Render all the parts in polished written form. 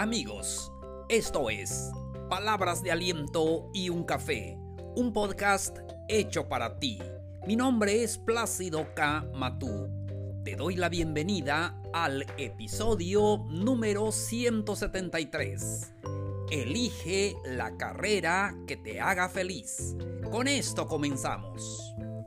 Amigos, esto es Palabras de Aliento y un Café, un podcast hecho para ti. Mi nombre es Plácido K. Matú. Te doy la bienvenida al episodio número 173. Elige la carrera que te haga feliz. Con esto comenzamos.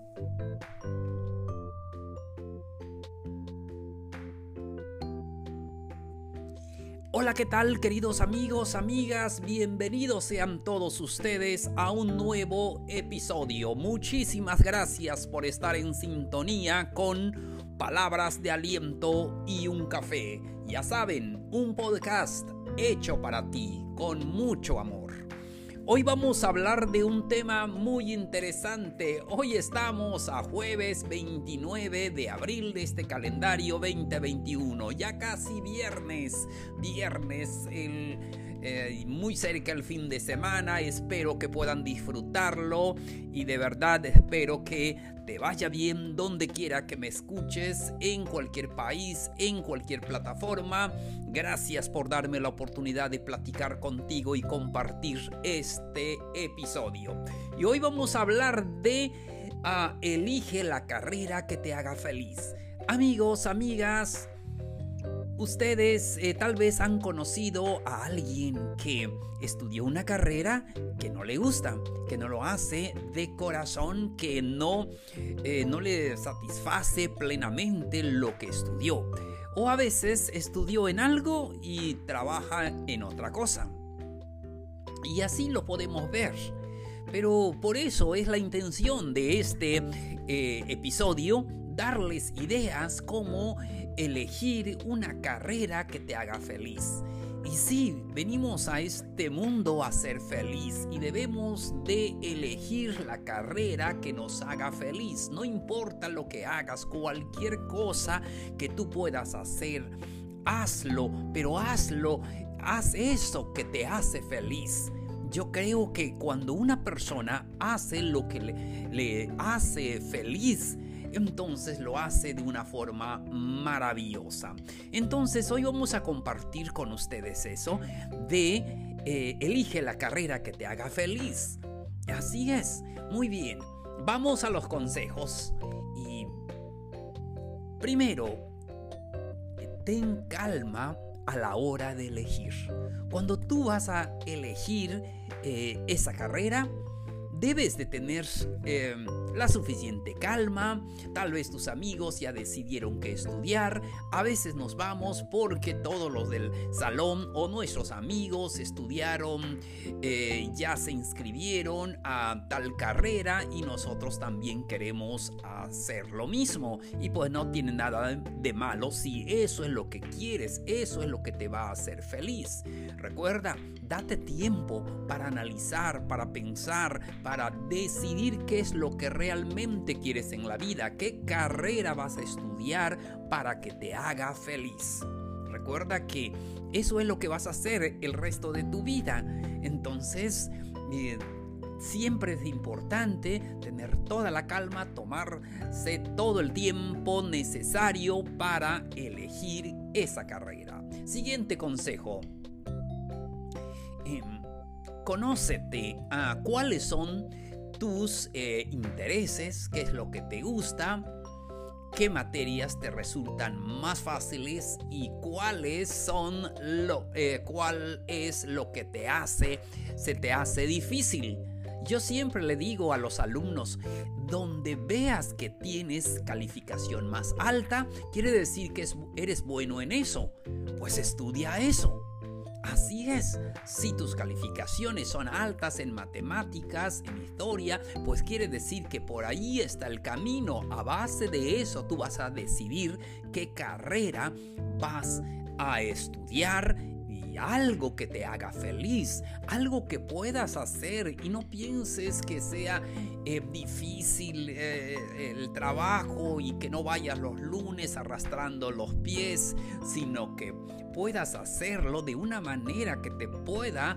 Hola, ¿qué tal, queridos amigos, amigas? Bienvenidos sean todos ustedes a un nuevo episodio. Muchísimas gracias por estar en sintonía con Palabras de Aliento y un Café. Ya saben, un podcast hecho para ti con mucho amor. Hoy vamos a hablar de un tema muy interesante. Hoy estamos a jueves 29 de abril de este calendario 2021. Ya casi viernes, muy cerca el fin de semana. Espero que puedan disfrutarlo y de verdad espero que te vaya bien donde quiera que me escuches, en cualquier país, en cualquier plataforma. Gracias por darme la oportunidad de platicar contigo y compartir este episodio. Y hoy vamos a hablar de elige la carrera que te haga feliz. Amigos, amigas, ustedes tal vez han conocido a alguien que estudió una carrera que no le gusta, que no lo hace de corazón, que no le satisface plenamente lo que estudió. O a veces estudió en algo y trabaja en otra cosa. Y así lo podemos ver. Pero por eso es la intención de este episodio, darles ideas cómo elegir una carrera que te haga feliz. Y sí, venimos a este mundo a ser feliz y debemos de elegir la carrera que nos haga feliz. No importa lo que hagas, cualquier cosa que tú puedas hacer, hazlo, pero haz eso que te hace feliz. Yo creo que cuando una persona hace lo que le hace feliz, entonces lo hace de una forma maravillosa. Entonces hoy vamos a compartir con ustedes eso de elige la carrera que te haga feliz. Así es, muy bien. Vamos a los consejos. Y primero, ten calma a la hora de elegir. Cuando tú vas a elegir esa carrera, debes de tener la suficiente calma. Tal vez tus amigos ya decidieron qué estudiar. A veces nos vamos porque todos los del salón o nuestros amigos estudiaron, ya se inscribieron a tal carrera y nosotros también queremos hacer lo mismo. Y pues no tiene nada de malo si eso es lo que quieres, eso es lo que te va a hacer feliz. Recuerda, date tiempo para analizar, para pensar, para decidir qué es lo que realmente quieres en la vida, qué carrera vas a estudiar para que te haga feliz. Recuerda que eso es lo que vas a hacer el resto de tu vida. Entonces, siempre es importante tener toda la calma, tomarse todo el tiempo necesario para elegir esa carrera. Siguiente consejo. Conócete a cuáles son tus intereses, qué es lo que te gusta, qué materias te resultan más fáciles y cuál es lo que se te hace difícil. Yo siempre le digo a los alumnos, donde veas que tienes calificación más alta, quiere decir que eres bueno en eso, pues estudia eso. Así es, si tus calificaciones son altas en matemáticas, en historia, pues quiere decir que por ahí está el camino. A base de eso tú vas a decidir qué carrera vas a estudiar y algo que te haga feliz, algo que puedas hacer y no pienses que sea difícil el trabajo y que no vayas los lunes arrastrando los pies, sino que puedas hacerlo de una manera que te pueda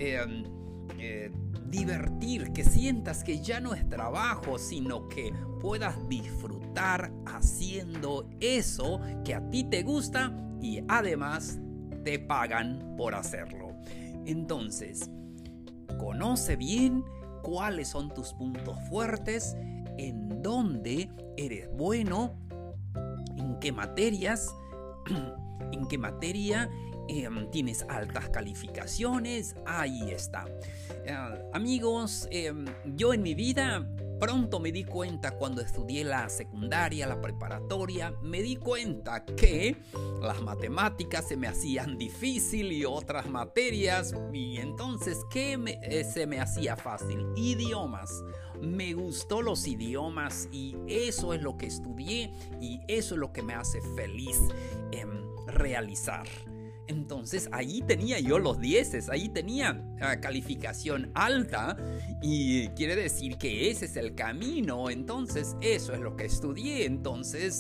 divertir, que sientas que ya no es trabajo, sino que puedas disfrutar haciendo eso que a ti te gusta y además te pagan por hacerlo. Entonces, conoce bien cuáles son tus puntos fuertes, en dónde eres bueno, en qué materias, en qué materia tienes altas calificaciones. Ahí está. Amigos, yo en mi vida pronto me di cuenta, cuando estudié la secundaria, la preparatoria, me di cuenta que las matemáticas se me hacían difícil y otras materias, y entonces ¿qué se me hacía fácil? Idiomas. Me gustó los idiomas y eso es lo que estudié y eso es lo que me hace feliz realizar. Entonces ahí tenía yo los 10, ahí tenía calificación alta, y quiere decir que ese es el camino. Entonces eso es lo que estudié. Entonces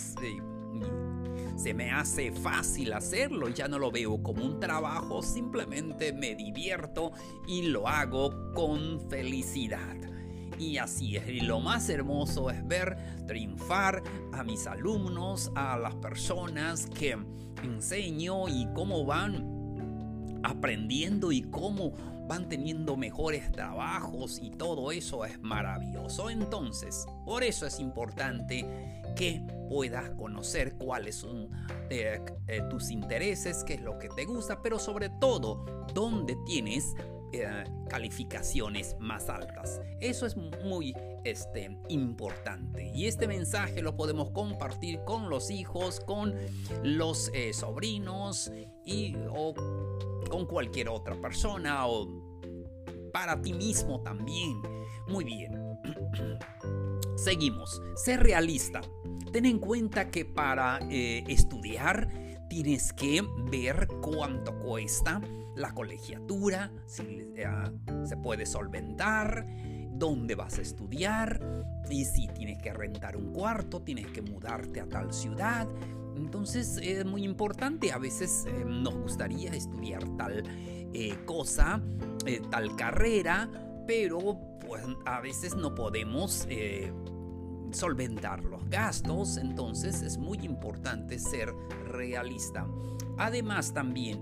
se me hace fácil hacerlo, ya no lo veo como un trabajo, simplemente me divierto y lo hago con felicidad. Y así es, y lo más hermoso es ver triunfar a mis alumnos, a las personas que enseño, y cómo van aprendiendo y cómo van teniendo mejores trabajos, y todo eso es maravilloso. Entonces, por eso es importante que puedas conocer cuáles son tus intereses, qué es lo que te gusta, pero sobre todo, dónde tienes calificaciones más altas. Eso es muy importante, y este mensaje lo podemos compartir con los hijos, con los sobrinos o con cualquier otra persona, o para ti mismo también. Muy bien. Seguimos. Sé realista. Ten en cuenta que para estudiar tienes que ver cuánto cuesta la colegiatura, si se puede solventar, dónde vas a estudiar, y si tienes que rentar un cuarto, tienes que mudarte a tal ciudad. Entonces es muy importante. A veces nos gustaría estudiar tal cosa, tal carrera, pero pues a veces no podemos solventar los gastos. Entonces es muy importante ser realista. Además, también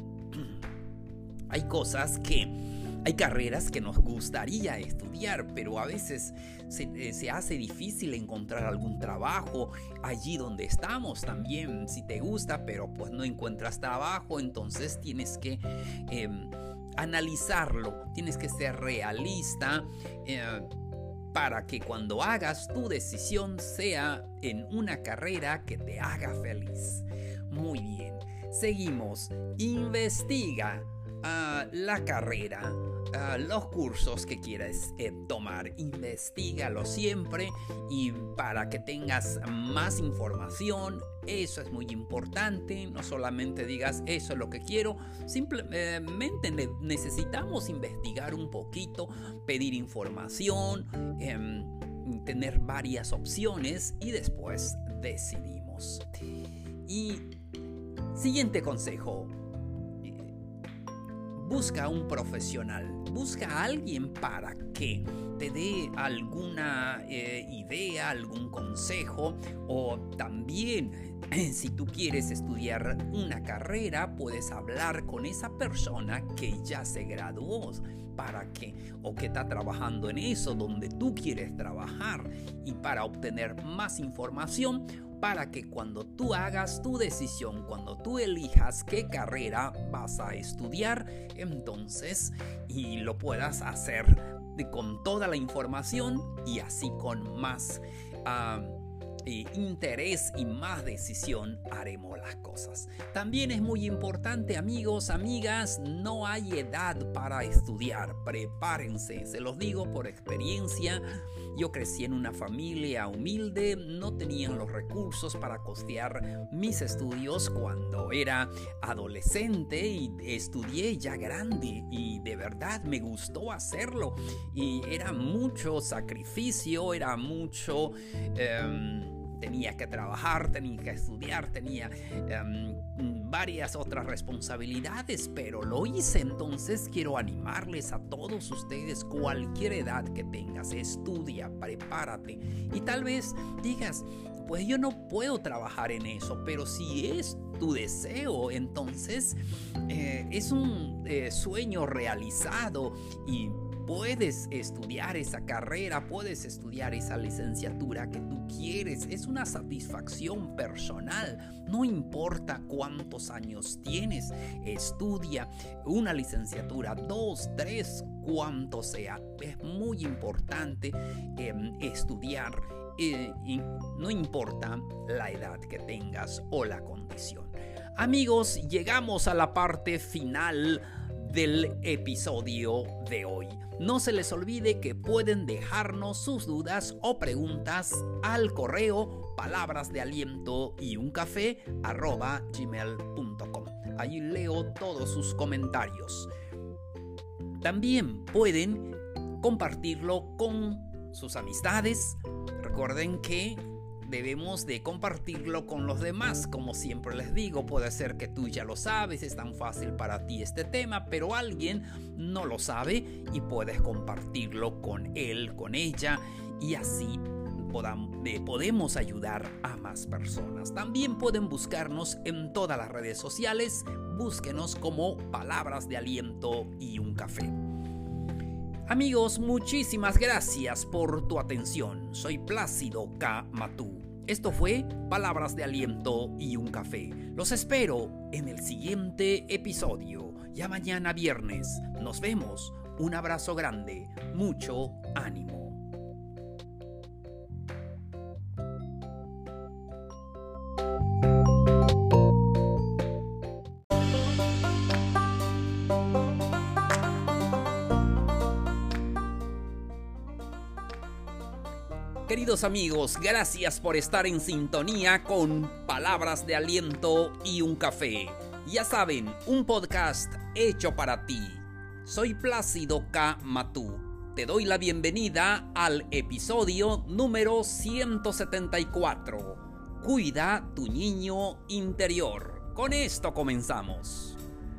hay carreras que nos gustaría estudiar, pero a veces se hace difícil encontrar algún trabajo allí donde estamos. También, si te gusta, pero pues no encuentras trabajo, entonces tienes que analizarlo, tienes que ser realista, para que cuando hagas tu decisión sea en una carrera que te haga feliz. Muy bien, seguimos. Investiga la carrera, los cursos que quieres tomar. Investígalo siempre, y para que tengas más información. Eso es muy importante. No solamente digas eso es lo que quiero, simplemente necesitamos investigar un poquito, pedir información, tener varias opciones, y después decidimos. Y siguiente consejo: busca un profesional, busca a alguien para que te dé alguna idea, algún consejo. O también, si tú quieres estudiar una carrera, puedes hablar con esa persona que ya se graduó, o que está trabajando en eso donde tú quieres trabajar, y para obtener más información, para que cuando tú hagas tu decisión, cuando tú elijas qué carrera vas a estudiar, entonces, y lo puedas hacer con toda la información, y así con más interés y más decisión haremos las cosas. También es muy importante, amigos, amigas, no hay edad para estudiar. Prepárense, se los digo por experiencia. Yo crecí en una familia humilde, no tenían los recursos para costear mis estudios cuando era adolescente, y estudié ya grande, y de verdad me gustó hacerlo, y era mucho sacrificio, era mucho... tenía que trabajar, tenía que estudiar, tenía varias otras responsabilidades, pero lo hice. Entonces quiero animarles a todos ustedes, cualquier edad que tengas, estudia, prepárate. Y tal vez digas, pues yo no puedo trabajar en eso, pero si es tu deseo, entonces es un sueño realizado y puedes estudiar esa carrera, puedes estudiar esa licenciatura que tú quieres. Es una satisfacción personal. No importa cuántos años tienes, estudia una licenciatura, 2, 3, cuanto sea. Es muy importante estudiar. Y no importa la edad que tengas o la condición. Amigos, llegamos a la parte final del episodio de hoy. No se les olvide que pueden dejarnos sus dudas o preguntas al correo palabrasdealiento@gmail.com. Allí leo todos sus comentarios. También pueden compartirlo con sus amistades. Recuerden que debemos de compartirlo con los demás. Como siempre les digo, puede ser que tú ya lo sabes, es tan fácil para ti este tema, pero alguien no lo sabe y puedes compartirlo con él, con ella, y así podemos ayudar a más personas. También pueden buscarnos en todas las redes sociales. Búsquenos como Palabras de Aliento y un Café. Amigos, muchísimas gracias por tu atención. Soy Plácido K. Matú. Esto fue Palabras de Aliento y un Café. Los espero en el siguiente episodio. Ya mañana viernes. Nos vemos. Un abrazo grande. Mucho ánimo. Queridos amigos, gracias por estar en sintonía con Palabras de Aliento y un Café. Ya saben, un podcast hecho para ti. Soy Plácido K. Matú. Te doy la bienvenida al episodio número 174. Cuida tu niño interior. Con esto comenzamos.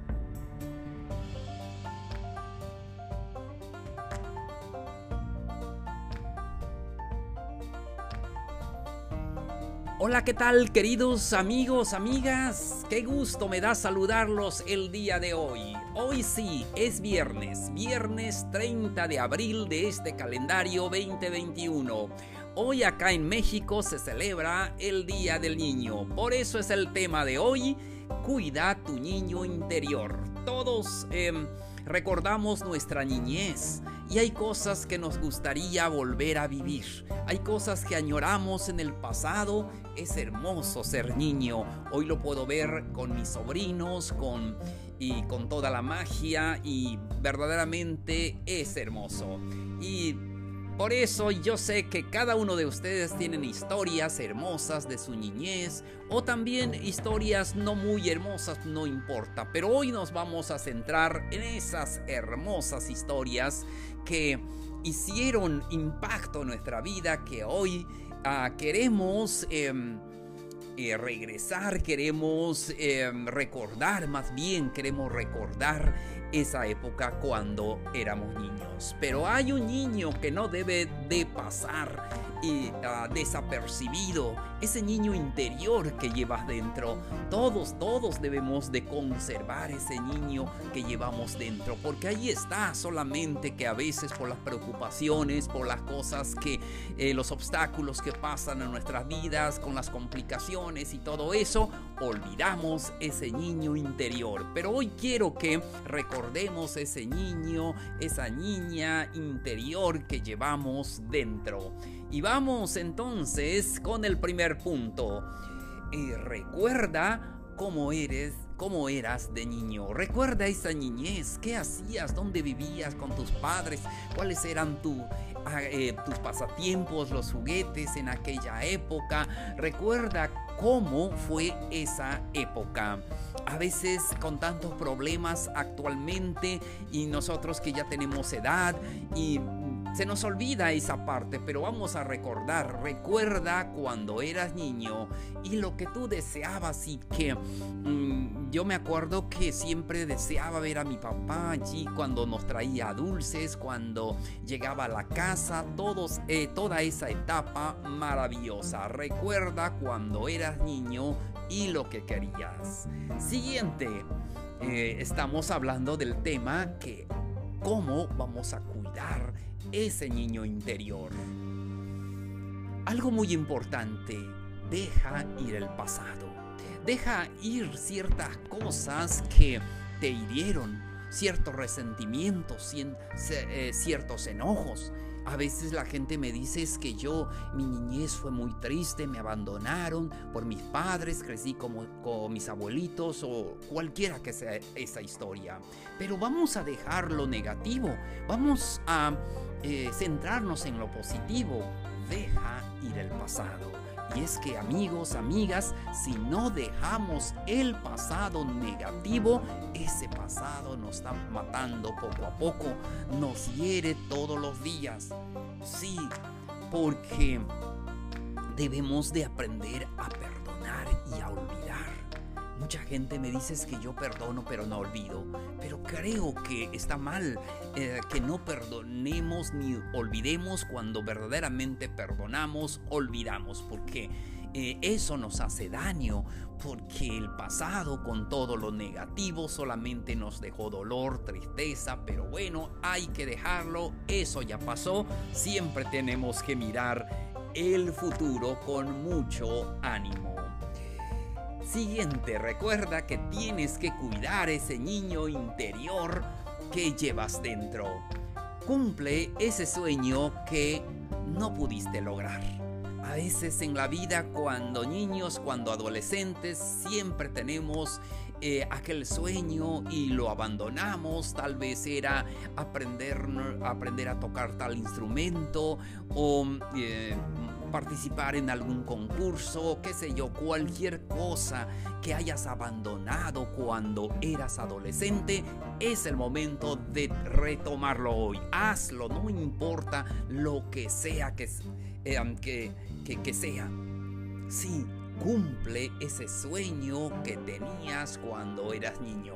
Hola, ¿qué tal, queridos amigos, amigas? Qué gusto me da saludarlos el día de hoy. Hoy sí, es viernes 30 de abril de este calendario 2021. Hoy acá en México se celebra el Día del Niño. Por eso es el tema de hoy, cuida tu niño interior. Todos recordamos nuestra niñez y hay cosas que nos gustaría volver a vivir. Hay cosas que añoramos en el pasado. Es hermoso ser niño. Hoy lo puedo ver con mis sobrinos, con toda la magia, y verdaderamente es hermoso. Y por eso yo sé que cada uno de ustedes tienen historias hermosas de su niñez, o también historias no muy hermosas, no importa. Pero hoy nos vamos a centrar en esas hermosas historias que hicieron impacto en nuestra vida, que hoy queremos regresar, queremos recordar, más bien queremos recordar esa época cuando éramos niños. Pero hay un niño que no debe de pasar desapercibido, ese niño interior que llevas dentro. Todos debemos de conservar ese niño que llevamos dentro, porque ahí está, solamente que a veces por las preocupaciones, por las cosas que los obstáculos que pasan en nuestras vidas, con las complicaciones y todo eso, olvidamos ese niño interior. Pero hoy quiero que recordemos ese niño, esa niña interior que llevamos dentro. Y vamos entonces con el primer punto. Recuerda cómo eras de niño. Recuerda esa niñez. ¿Qué hacías? ¿Dónde vivías con tus padres? ¿Cuáles eran tus pasatiempos, los juguetes en aquella época? Recuerda cómo fue esa época. A veces con tantos problemas actualmente, y nosotros que ya tenemos edad y Se nos olvida esa parte, pero vamos a recordar. Recuerda cuando eras niño y lo que tú deseabas y que yo me acuerdo que siempre deseaba ver a mi papá allí cuando nos traía dulces, cuando llegaba a la casa, toda esa etapa maravillosa. Recuerda cuando eras niño y lo que querías. Siguiente, estamos hablando del tema que cómo vamos a cuidar ese niño interior. Algo muy importante, deja ir el pasado. Deja ir ciertas cosas que te hirieron, ciertos resentimientos, ciertos enojos. A veces la gente me dice es que mi niñez fue muy triste, me abandonaron por mis padres, crecí con mis abuelitos o cualquiera que sea esa historia. Pero vamos a dejar lo negativo, vamos a centrarnos en lo positivo. Deja ir el pasado. Y es que amigos, amigas, si no dejamos el pasado negativo, ese pasado nos está matando poco a poco, nos hiere todos los días. Sí, porque debemos de aprender a perdonar y a olvidar. Mucha gente me dice que yo perdono pero no olvido, pero creo que está mal que no perdonemos ni olvidemos. Cuando verdaderamente perdonamos, olvidamos, porque eso nos hace daño, porque el pasado con todo lo negativo solamente nos dejó dolor, tristeza, pero bueno, hay que dejarlo, eso ya pasó. Siempre tenemos que mirar el futuro con mucho ánimo. Siguiente, recuerda que tienes que cuidar ese niño interior que llevas dentro. Cumple ese sueño que no pudiste lograr. A veces en la vida, cuando niños, cuando adolescentes, siempre tenemos aquel sueño y lo abandonamos. Tal vez era aprender a tocar tal instrumento o participar en algún concurso, qué sé yo, cualquier cosa que hayas abandonado cuando eras adolescente. Es el momento de retomarlo hoy. Hazlo, no importa lo que sea que sea. Sí, cumple ese sueño que tenías cuando eras niño.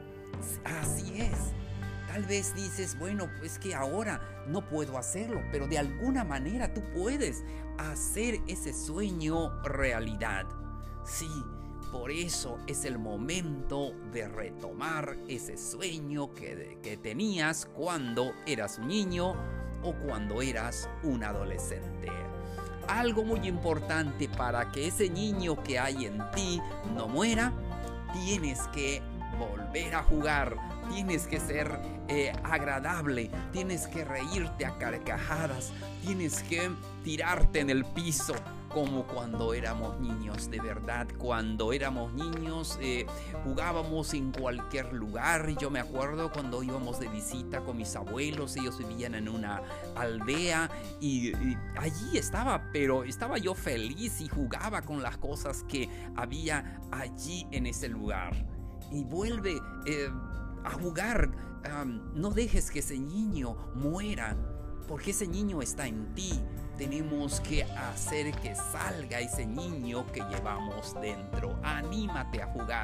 Así es. Tal vez dices, bueno, pues que ahora no puedo hacerlo, pero de alguna manera tú puedes hacer ese sueño realidad. Sí, por eso es el momento de retomar ese sueño que tenías cuando eras un niño o cuando eras un adolescente. Algo muy importante para que ese niño que hay en ti no muera, tienes que volver a jugar, tienes que ser agradable, tienes que reírte a carcajadas, tienes que tirarte en el piso como cuando éramos niños. De verdad, cuando éramos niños jugábamos en cualquier lugar. Yo me acuerdo cuando íbamos de visita con mis abuelos, ellos vivían en una aldea y allí estaba yo feliz y jugaba con las cosas que había allí en ese lugar. Y vuelve a jugar. No dejes que ese niño muera, porque ese niño está en ti. Tenemos que hacer que salga ese niño que llevamos dentro. Anímate a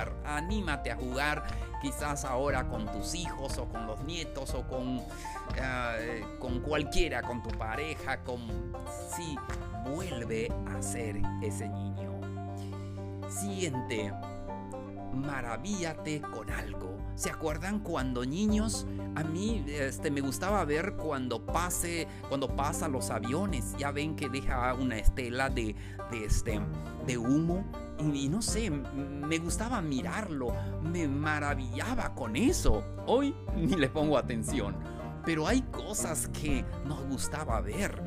jugar, quizás ahora con tus hijos o con los nietos o con cualquiera, con tu pareja. Sí, vuelve a ser ese niño. Siguiente. Maravíllate con algo. ¿Se acuerdan cuando niños? A mí me gustaba ver cuando pasan los aviones. Ya ven que deja una estela de humo. Y no sé, me gustaba mirarlo. Me maravillaba con eso. Hoy ni le pongo atención. Pero hay cosas que nos gustaba ver.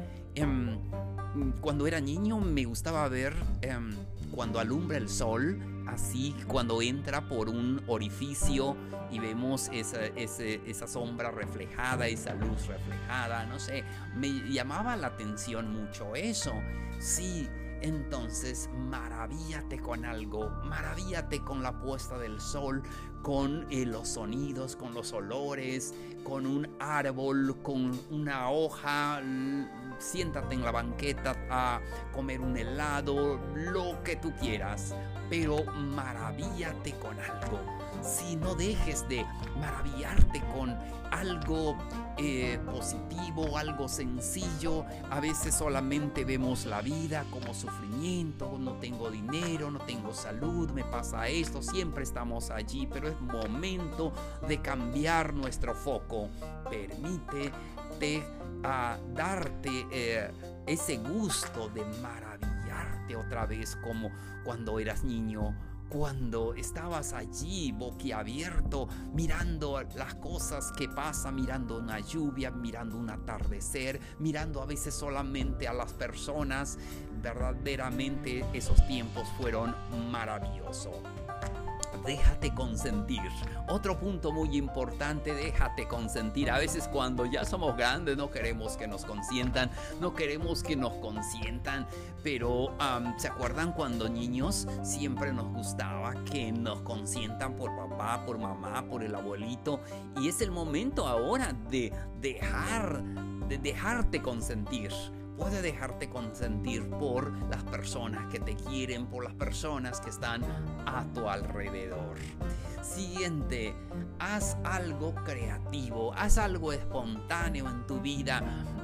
Cuando era niño me gustaba ver cuando alumbra el sol. Así, cuando entra por un orificio y vemos esa sombra reflejada, esa luz reflejada, no sé, me llamaba la atención mucho eso. Sí, Entonces maravíllate con algo, maravíllate con la puesta del sol, con los sonidos, con los olores, con un árbol, con una hoja. Siéntate en la banqueta a comer un helado, lo que tú quieras, pero maravíllate con algo. Si no dejes de maravillarte con algo positivo, algo sencillo. A veces solamente vemos la vida como sufrimiento, no tengo dinero, no tengo salud, me pasa esto, siempre estamos allí, pero es momento de cambiar nuestro foco. Permítete darte ese gusto de maravillarte otra vez como cuando eras niño, cuando estabas allí boquiabierto mirando las cosas que pasan, mirando una lluvia, mirando un atardecer, mirando a veces solamente a las personas. Verdaderamente esos tiempos fueron maravillosos. Déjate consentir. Otro punto muy importante, déjate consentir. A veces cuando ya somos grandes no queremos que nos consientan, pero ¿se acuerdan cuando niños siempre nos gustaba que nos consientan por papá, por mamá, por el abuelito? Y es el momento ahora de dejarte consentir. Puedes dejarte consentir por las personas que te quieren, por las personas que están a tu alrededor. Siguiente, haz algo creativo, haz algo espontáneo en tu vida.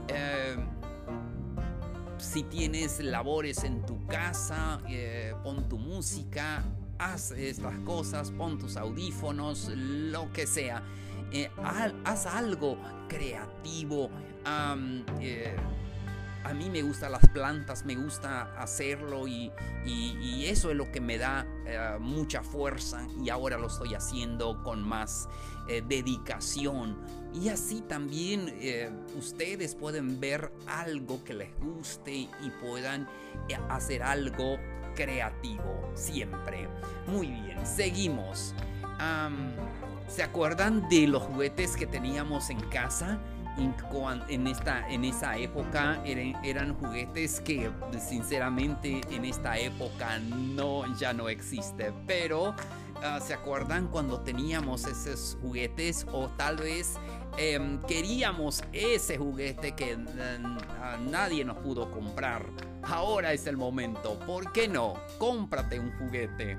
Si tienes labores en tu casa, pon tu música, haz estas cosas, pon tus audífonos, lo que sea. Haz algo creativo. A mí me gustan las plantas, me gusta hacerlo y eso es lo que me da mucha fuerza, y ahora lo estoy haciendo con más dedicación. Y así también ustedes pueden ver algo que les guste y puedan hacer algo creativo siempre. Muy bien, seguimos. ¿Se acuerdan de los juguetes que teníamos en casa? En esa época eran juguetes que sinceramente en esta época ya no existe, pero ¿se acuerdan cuando teníamos esos juguetes? O tal vez queríamos ese juguete que nadie nos pudo comprar. Ahora es el momento, ¿por qué no? Cómprate un juguete.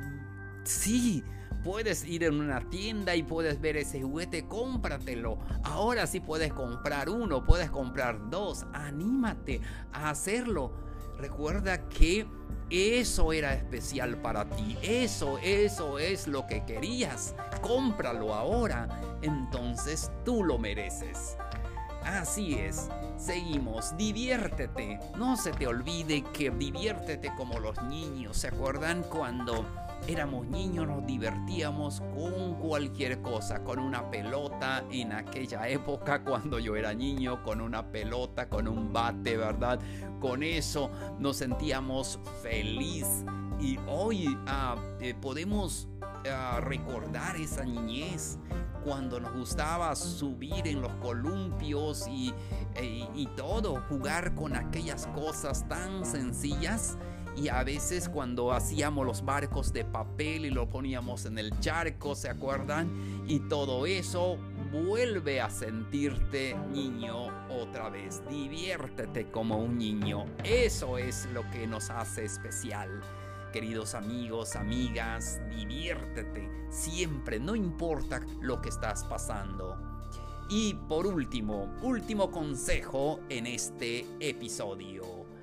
Sí, puedes ir en una tienda y puedes ver ese juguete, cómpratelo. Ahora sí puedes comprar uno, puedes comprar dos. Anímate a hacerlo. Recuerda que eso era especial para ti. Eso es lo que querías. Cómpralo ahora. Entonces tú lo mereces. Así es. Seguimos, diviértete. No se te olvide que diviértete como los niños. ¿Se acuerdan cuando éramos niños? Nos divertíamos con cualquier cosa, con una pelota en aquella época cuando yo era niño, con una pelota, con un bate, ¿verdad? Con eso nos sentíamos feliz, y hoy podemos recordar esa niñez cuando nos gustaba subir en los columpios y todo, jugar con aquellas cosas tan sencillas. Y a veces cuando hacíamos los barcos de papel y lo poníamos en el charco, ¿se acuerdan? Y todo eso, vuelve a sentirte niño otra vez. Diviértete como un niño. Eso es lo que nos hace especial. Queridos amigos, amigas, diviértete siempre, no importa lo que estás pasando. Y por último consejo en este episodio.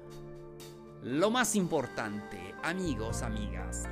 Lo más importante, amigos, amigas,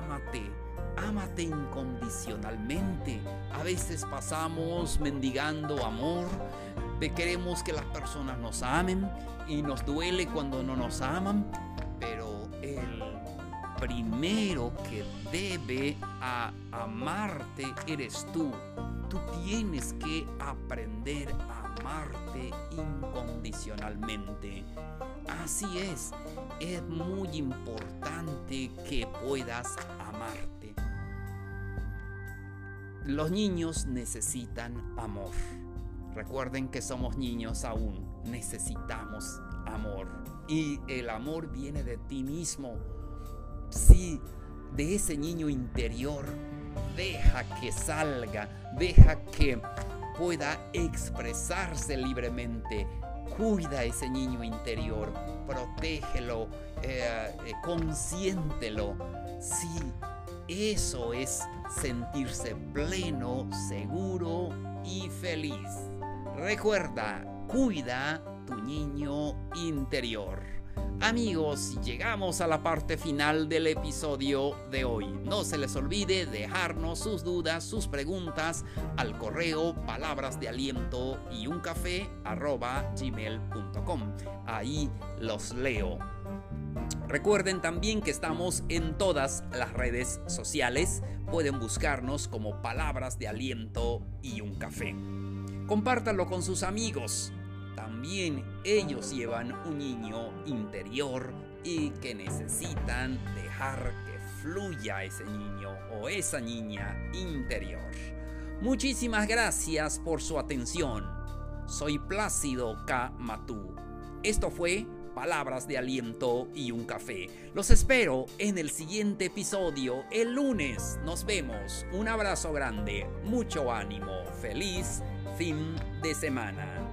ámate incondicionalmente. A veces pasamos mendigando amor, queremos que las personas nos amen y nos duele cuando no nos aman, pero el primero que debe amarte eres tú. Tú tienes que aprender a amarte incondicionalmente. Así es muy importante que puedas amarte. Los niños necesitan amor. Recuerden que somos niños aún, necesitamos amor. Y el amor viene de ti mismo. Sí, de ese niño interior. Deja que salga, deja que pueda expresarse libremente. Cuida a ese niño interior, protégelo, consiéntelo. Sí, eso es sentirse pleno, seguro y feliz. Recuerda, cuida tu niño interior. Amigos, llegamos a la parte final del episodio de hoy. No se les olvide dejarnos sus dudas, sus preguntas al correo palabrasdealiento@gmail.com. Ahí los leo. Recuerden también que estamos en todas las redes sociales. Pueden buscarnos como Palabras de Aliento y un Café. Compártanlo con sus amigos. También ellos llevan un niño interior y que necesitan dejar que fluya ese niño o esa niña interior. Muchísimas gracias por su atención. Soy Plácido K. Matú. Esto fue Palabras de Aliento y un Café. Los espero en el siguiente episodio el lunes. Nos vemos. Un abrazo grande, mucho ánimo. Feliz fin de semana.